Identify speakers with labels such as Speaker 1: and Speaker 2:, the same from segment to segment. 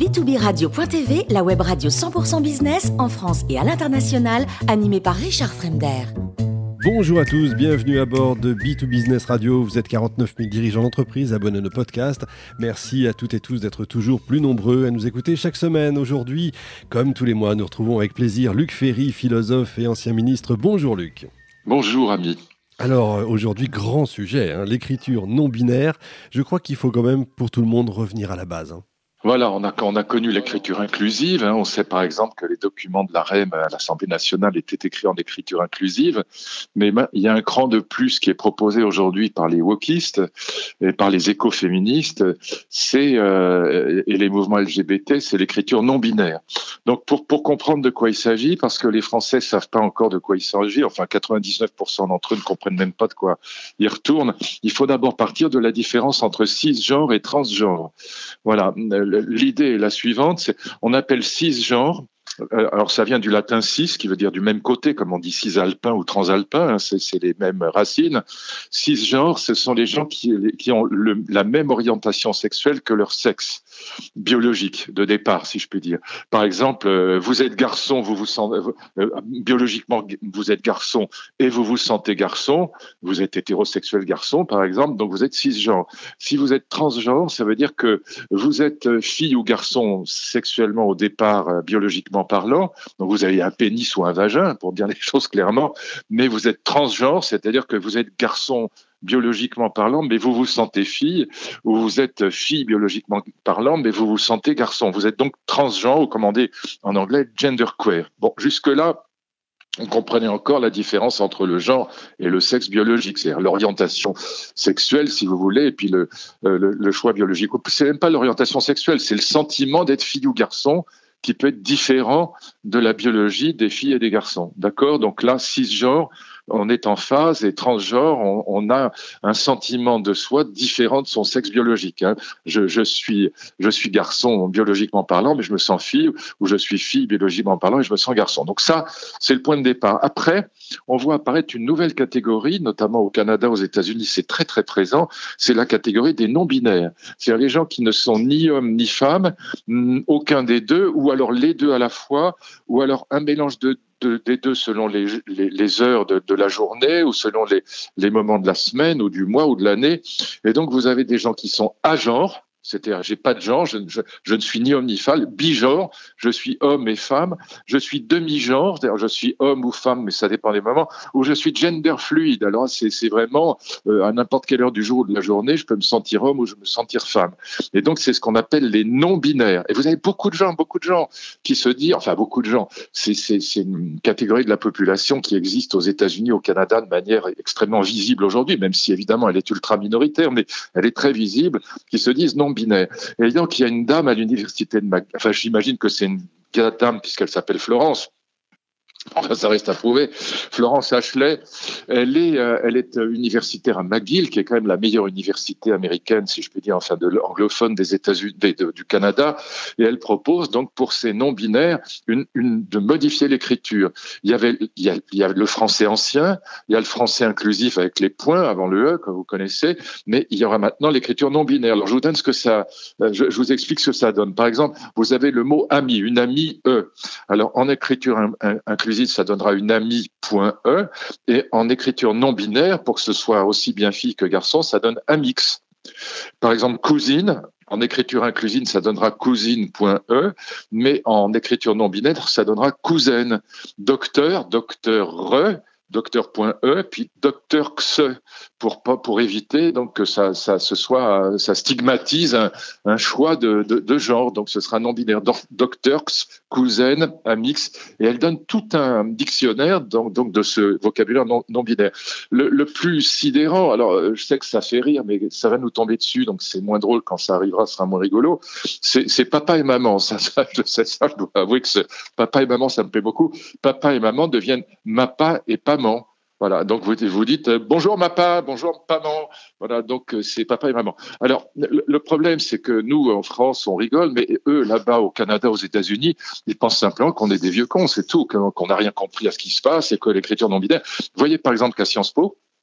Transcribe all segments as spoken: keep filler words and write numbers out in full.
Speaker 1: b to b radio point t v, la web radio cent pour cent business en France et à l'international, animée par Richard Fremder.
Speaker 2: Bonjour à tous, bienvenue à bord de B to Business Radio. Vous êtes quarante-neuf mille dirigeants d'entreprise abonnés à nos podcasts. Merci à toutes et tous d'être toujours plus nombreux à nous écouter chaque semaine. Aujourd'hui, comme tous les mois, nous retrouvons avec plaisir Luc Ferry, philosophe et ancien ministre. Bonjour Luc.
Speaker 3: Bonjour amis.
Speaker 2: Alors aujourd'hui, grand sujet, hein, l'écriture non binaire. Je crois qu'il faut quand même pour tout le monde revenir à la base. Hein.
Speaker 3: Voilà, on a, on a connu l'écriture inclusive. Hein. On sait par exemple que les documents de l'A R E M à l'Assemblée nationale étaient écrits en écriture inclusive. Mais ben, il y a un cran de plus qui est proposé aujourd'hui par les wokistes et par les écoféministes, c'est euh, et les mouvements L G B T, c'est l'écriture non binaire. Donc pour pour comprendre de quoi il s'agit, parce que les Français savent pas encore de quoi il s'agit, enfin quatre-vingt-dix-neuf pour cent d'entre eux ne comprennent même pas de quoi ils retournent. Il faut d'abord partir de la différence entre cisgenre et transgenre. Voilà. L'idée est la suivante, c'est, on appelle cisgenre, euh, alors ça vient du latin cis, qui veut dire du même côté, comme on dit cisalpin ou transalpin, hein, c'est, c'est les mêmes racines. Cisgenre, ce sont les gens qui, qui ont le, la même orientation sexuelle que leur sexe biologique de départ, si je puis dire. Par exemple, euh, vous êtes garçon, vous vous sentez euh, biologiquement vous êtes garçon et vous vous sentez garçon, vous êtes hétérosexuel garçon, par exemple, donc vous êtes cisgenre. Si vous êtes transgenre, ça veut dire que vous êtes fille ou garçon sexuellement au départ, euh, biologiquement parlant, donc vous avez un pénis ou un vagin, pour dire les choses clairement, mais vous êtes transgenre, c'est-à-dire que vous êtes garçon biologiquement parlant, mais vous vous sentez fille, ou vous êtes fille biologiquement parlant, mais vous vous sentez garçon. Vous êtes donc transgenre, ou comme on dit en anglais, genderqueer. Bon, jusque-là, on comprenait encore la différence entre le genre et le sexe biologique, c'est-à-dire l'orientation sexuelle, si vous voulez, et puis le, le, le choix biologique. C'est même pas l'orientation sexuelle, c'est le sentiment d'être fille ou garçon, qui peut être différent de la biologie des filles et des garçons. D'accord ? Donc là, cisgenre, on est en phase, et transgenre, on, on a un sentiment de soi différent de son sexe biologique. Hein. Je, je suis, je suis garçon biologiquement parlant, mais je me sens fille, ou je suis fille biologiquement parlant et je me sens garçon. Donc ça, c'est le point de départ. Après, on voit apparaître une nouvelle catégorie, notamment au Canada, aux États-Unis, c'est très très présent. C'est la catégorie des non-binaires. C'est-à-dire les gens qui ne sont ni hommes ni femmes, aucun des deux, ou alors les deux à la fois, ou alors un mélange de De, des deux selon les, les, les heures de, de la journée ou selon les, les moments de la semaine ou du mois ou de l'année. Et donc, vous avez des gens qui sont agenres, c'est-à-dire j'ai pas de genre, je, je, je ne suis ni homme ni femme, bigenre, je suis homme et femme, je suis demi-genre, c'est-à-dire je suis homme ou femme, mais ça dépend des moments, ou je suis gender fluide, alors c'est, c'est vraiment euh, à n'importe quelle heure du jour ou de la journée, je peux me sentir homme ou je peux me sentir femme. Et donc c'est ce qu'on appelle les non-binaires. Et vous avez beaucoup de gens, beaucoup de gens qui se disent, enfin beaucoup de gens, c'est, c'est, c'est une catégorie de la population qui existe aux États-Unis, au Canada de manière extrêmement visible aujourd'hui, même si évidemment elle est ultra minoritaire, mais elle est très visible, qui se disent non binaire. Et donc, il y a une dame à l'université de Mac... Enfin, j'imagine que c'est une dame puisqu'elle s'appelle Florence. Enfin, ça reste à prouver. Florence Ashley, elle est, euh, elle est universitaire à McGill, qui est quand même la meilleure université américaine, si je puis dire, enfin de l'anglophone des États-Unis, de, de, du Canada, et elle propose donc pour ces non-binaires une, une, de modifier l'écriture. Il y avait, il y a, il y a le français ancien, il y a le français inclusif avec les points avant le e, comme vous connaissez, mais il y aura maintenant l'écriture non-binaire. Alors je vous donne ce que ça, je, je vous explique ce que ça donne. Par exemple, vous avez le mot ami, une amie e. Alors en écriture inclusive, ça donnera une amie.e, et en écriture non binaire, pour que ce soit aussi bien fille que garçon, ça donne amix. Par exemple, cousine, en écriture inclusive, ça donnera cousine.e, mais en écriture non binaire, ça donnera cousaine. Docteur, docteur-re, docteur.e, puis docteur xe, pour pas pour éviter donc que ça ça se soit ça stigmatise un, un choix de, de de genre, donc ce sera non binaire. Docteur, cousaine, amix, et elle donne tout un dictionnaire donc donc de ce vocabulaire non, non binaire. Le, le plus sidérant, alors je sais que ça fait rire, mais ça va nous tomber dessus, donc c'est moins drôle quand ça arrivera, ce sera moins rigolo. C'est, c'est papa et maman, ça, ça je sais ça, je dois avouer que c'est, papa et maman, ça me plaît beaucoup. Papa et maman deviennent mapa et paman. Voilà, donc vous vous dites euh, bonjour papa, bonjour maman. Voilà, donc euh, c'est papa et maman. Alors le, le problème, c'est que nous en France, on rigole, mais eux là-bas au Canada, aux États-Unis, ils pensent simplement qu'on est des vieux cons, c'est tout, qu'on n'a rien compris à ce qui se passe et que l'écriture non binaire. Vous voyez par exemple qu'à Sciences Po,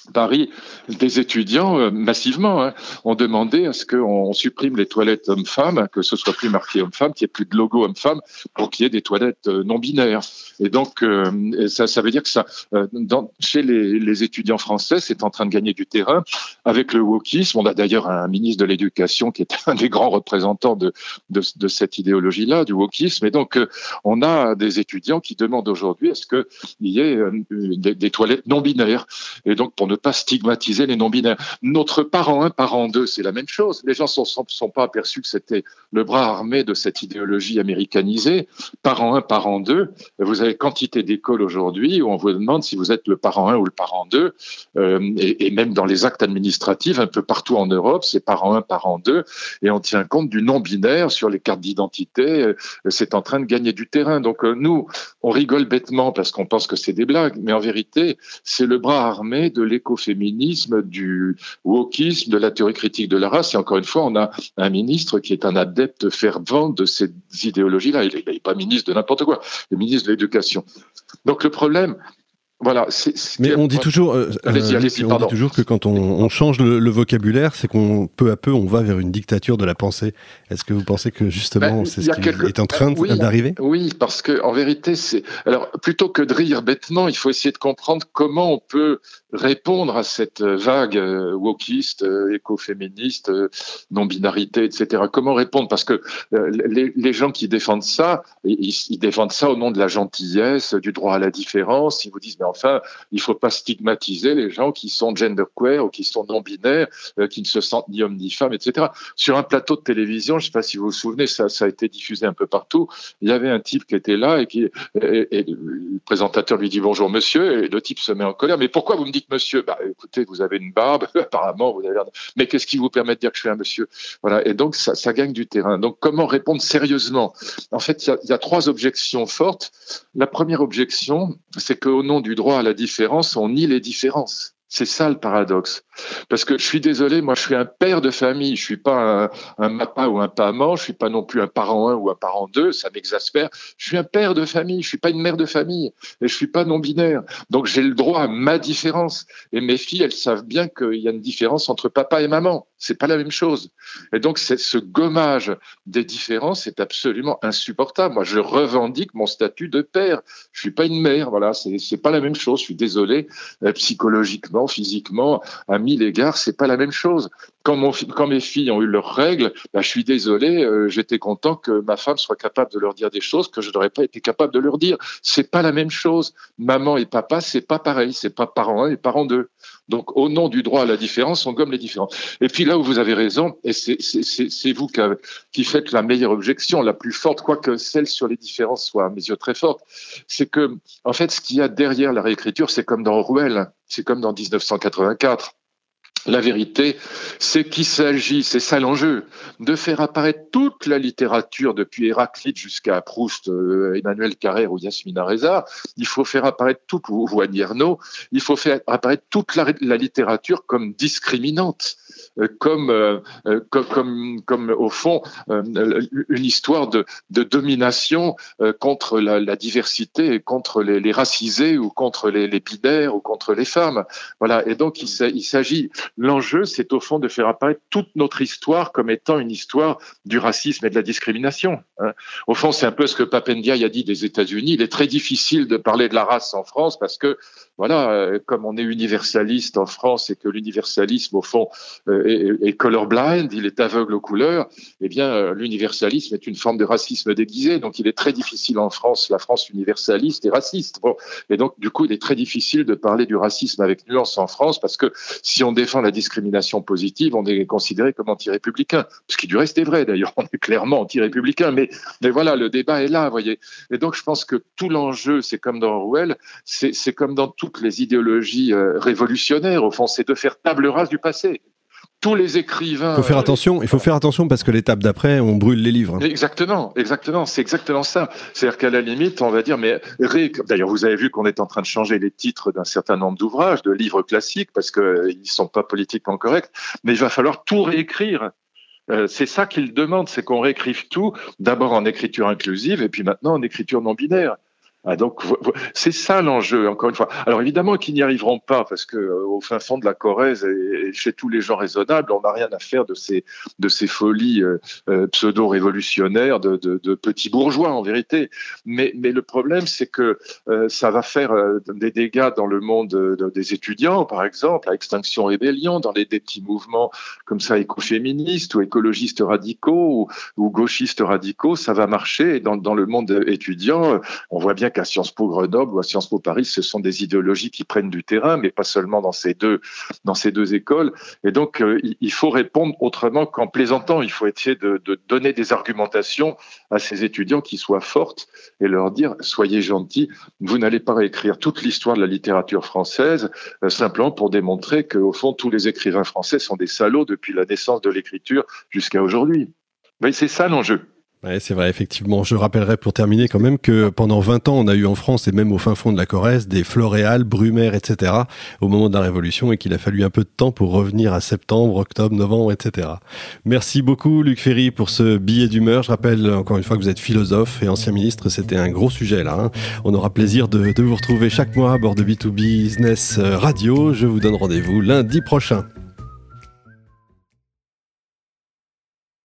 Speaker 3: Paris, des étudiants euh, massivement hein, ont demandé à ce qu'on supprime les toilettes hommes-femmes, que ce soit plus marqué homme-femme, qu'il n'y ait plus de logo homme-femme, pour qu'il y ait des toilettes euh, non binaires. Et donc, euh, ça, ça veut dire que ça, euh, dans, chez les, les étudiants français, c'est en train de gagner du terrain avec le wokisme. On a d'ailleurs un ministre de l'Éducation qui est un des grands représentants de, de, de cette idéologie-là, du wokisme. Et donc, euh, on a des étudiants qui demandent aujourd'hui à ce qu'il y ait euh, des, des toilettes non binaires. Et donc, pour ne pas stigmatiser les non-binaires. Notre parent un, parent deux, c'est la même chose. Les gens ne sont, sont, sont pas aperçus que c'était le bras armé de cette idéologie américanisée. Parent un, parent deux, vous avez quantité d'écoles aujourd'hui où on vous demande si vous êtes le parent un ou le parent deux, euh, et, et même dans les actes administratifs, un peu partout en Europe, c'est parent un, parent deux, et on tient compte du non-binaire sur les cartes d'identité. Euh, c'est en train de gagner du terrain. Donc euh, nous, on rigole bêtement parce qu'on pense que c'est des blagues, mais en vérité, c'est le bras armé de l'école écoféminisme, du wokisme, de la théorie critique de la race. Et encore une fois, on a un ministre qui est un adepte fervent de ces idéologies-là. Il n'est pas ministre de n'importe quoi, il est ministre de l'Éducation. Donc le problème... Voilà, c'est, c'est
Speaker 2: mais on dit toujours, euh, allez-y, allez-y, on dit toujours que quand on, on change le, le vocabulaire, c'est qu'on peu à peu on va vers une dictature de la pensée. Est-ce que vous pensez que justement ben, c'est ce qui quelque... est en train
Speaker 3: oui,
Speaker 2: d'arriver ?
Speaker 3: Oui, parce que en vérité, c'est alors plutôt que de rire bêtement, il faut essayer de comprendre comment on peut répondre à cette vague euh, wokiste, euh, écoféministe, euh, non-binarité, et cetera. Comment répondre ? Parce que euh, les, les gens qui défendent ça, ils, ils défendent ça au nom de la gentillesse, du droit à la différence. Ils vous disent, mais enfin, il ne faut pas stigmatiser les gens qui sont genderqueer ou qui sont non-binaires, euh, qui ne se sentent ni homme ni femme, et cetera. Sur un plateau de télévision, je ne sais pas si vous vous souvenez, ça, ça a été diffusé un peu partout. Il y avait un type qui était là et, qui, et, et le présentateur lui dit bonjour monsieur, et le type se met en colère. Mais pourquoi vous me dites monsieur ? Bah, écoutez, vous avez une barbe, apparemment, vous avez l'air de... Mais qu'est-ce qui vous permet de dire que je suis un monsieur ? Voilà. Et donc, ça, ça gagne du terrain. Donc, comment répondre sérieusement ? En fait, il y a, il y a trois objections fortes. La première objection, c'est qu'au nom du droit à la différence, on nie les différences. C'est ça le paradoxe. Parce que je suis désolé, moi je suis un père de famille, je suis pas un, un papa ou un maman, je suis pas non plus un parent un ou un parent deux, ça m'exaspère. Je suis un père de famille, je suis pas une mère de famille et je suis pas non-binaire. Donc j'ai le droit à ma différence. Et mes filles, elles savent bien qu'il y a une différence entre papa et maman. C'est pas la même chose. Et donc c'est, ce gommage des différences est absolument insupportable. Moi je revendique mon statut de père. Je suis pas une mère, voilà, c'est, c'est pas la même chose. Je suis désolé, euh, psychologiquement, physiquement, à mille égards, c'est pas la même chose. Quand, mon, quand mes filles ont eu leurs règles, bah, je suis désolé, euh, j'étais content que ma femme soit capable de leur dire des choses que je n'aurais pas été capable de leur dire. C'est pas la même chose. Maman et papa, c'est pas pareil. C'est pas parent un et parent deux. Donc, au nom du droit à la différence, on gomme les différences. Et puis là où vous avez raison, et c'est, c'est, c'est, c'est vous qui, avez, qui faites la meilleure objection, la plus forte, quoique celle sur les différences soit à mes yeux très forte, c'est que, en fait, ce qu'il y a derrière la réécriture, c'est comme dans Orwell, c'est comme dans dix-neuf cent quatre-vingt-quatre. La vérité, c'est qu'il s'agit, c'est ça l'enjeu, de faire apparaître toute la littérature, depuis Héraclite jusqu'à Proust, euh, Emmanuel Carrère ou Yasmina Reza. Il faut faire apparaître toute, ou Annie Ernaux, il faut faire apparaître toute la, la littérature comme discriminante, euh, comme, euh, comme, comme, comme au fond euh, une histoire de, de domination euh, contre la, la diversité, contre les, les racisés ou contre les, les binaires ou contre les femmes. Voilà. Et donc il, il s'agit L'enjeu, c'est au fond de faire apparaître toute notre histoire comme étant une histoire du racisme et de la discrimination. Hein. Au fond, c'est un peu ce que Papendiaï a dit des États-Unis. Il est très difficile de parler de la race en France parce que, voilà, comme on est universaliste en France et que l'universalisme, au fond, est, est colorblind, il est aveugle aux couleurs, eh bien, l'universalisme est une forme de racisme déguisé. Donc, il est très difficile en France, la France universaliste et raciste. Bon. Et donc, du coup, il est très difficile de parler du racisme avec nuance en France parce que si on défend la discrimination positive, on est considéré comme anti-républicain. Ce qui du reste est vrai, d'ailleurs, on est clairement anti-républicain. Mais, mais voilà, le débat est là, vous voyez. Et donc, je pense que tout l'enjeu, c'est comme dans Orwell, c'est, c'est comme dans toutes les idéologies euh, révolutionnaires, au fond, c'est de faire table rase du passé. Tous les écrivains...
Speaker 2: Il faut faire attention, il faut faire attention parce que l'étape d'après, on brûle les livres.
Speaker 3: Exactement, exactement, c'est exactement ça. C'est-à-dire qu'à la limite, on va dire, mais ré... d'ailleurs, vous avez vu qu'on est en train de changer les titres d'un certain nombre d'ouvrages, de livres classiques, parce qu'ils ne sont pas politiquement corrects, mais il va falloir tout réécrire. Euh, c'est ça qu'ils demandent, c'est qu'on réécrive tout, d'abord en écriture inclusive et puis maintenant en écriture non binaire. Ah, donc c'est ça l'enjeu, encore une fois. Alors évidemment qu'ils n'y arriveront pas, parce que euh, au fin fond de la Corrèze et, et chez tous les gens raisonnables, on n'a rien à faire de ces de ces folies euh, euh, pseudo-révolutionnaires de, de, de petits bourgeois en vérité. Mais mais le problème, c'est que euh, ça va faire euh, des dégâts dans le monde de, de, des étudiants, par exemple, à Extinction Rébellion, dans les des petits mouvements comme ça écoféministes ou écologistes radicaux ou, ou gauchistes radicaux, ça va marcher. Et dans dans le monde étudiant, on voit bien qu'à Sciences Po Grenoble ou à Sciences Po Paris, ce sont des idéologies qui prennent du terrain, mais pas seulement dans ces deux, dans ces deux écoles. Et donc, euh, il faut répondre autrement qu'en plaisantant. Il faut essayer de, de donner des argumentations à ces étudiants qui soient fortes et leur dire, soyez gentils, vous n'allez pas réécrire toute l'histoire de la littérature française, euh, simplement pour démontrer qu'au fond, tous les écrivains français sont des salauds depuis la naissance de l'écriture jusqu'à aujourd'hui. Mais c'est ça l'enjeu.
Speaker 2: Ouais, c'est vrai, effectivement. Je rappellerai pour terminer quand même que pendant vingt ans, on a eu en France et même au fin fond de la Corrèze des Floréal, Brumaire, et cetera au moment de la Révolution et qu'il a fallu un peu de temps pour revenir à septembre, octobre, novembre, et cetera. Merci beaucoup Luc Ferry pour ce billet d'humeur. Je rappelle encore une fois que vous êtes philosophe et ancien ministre. C'était un gros sujet là. Hein. On aura plaisir de, de vous retrouver chaque mois à bord de B deux B Business Radio. Je vous donne rendez-vous lundi prochain.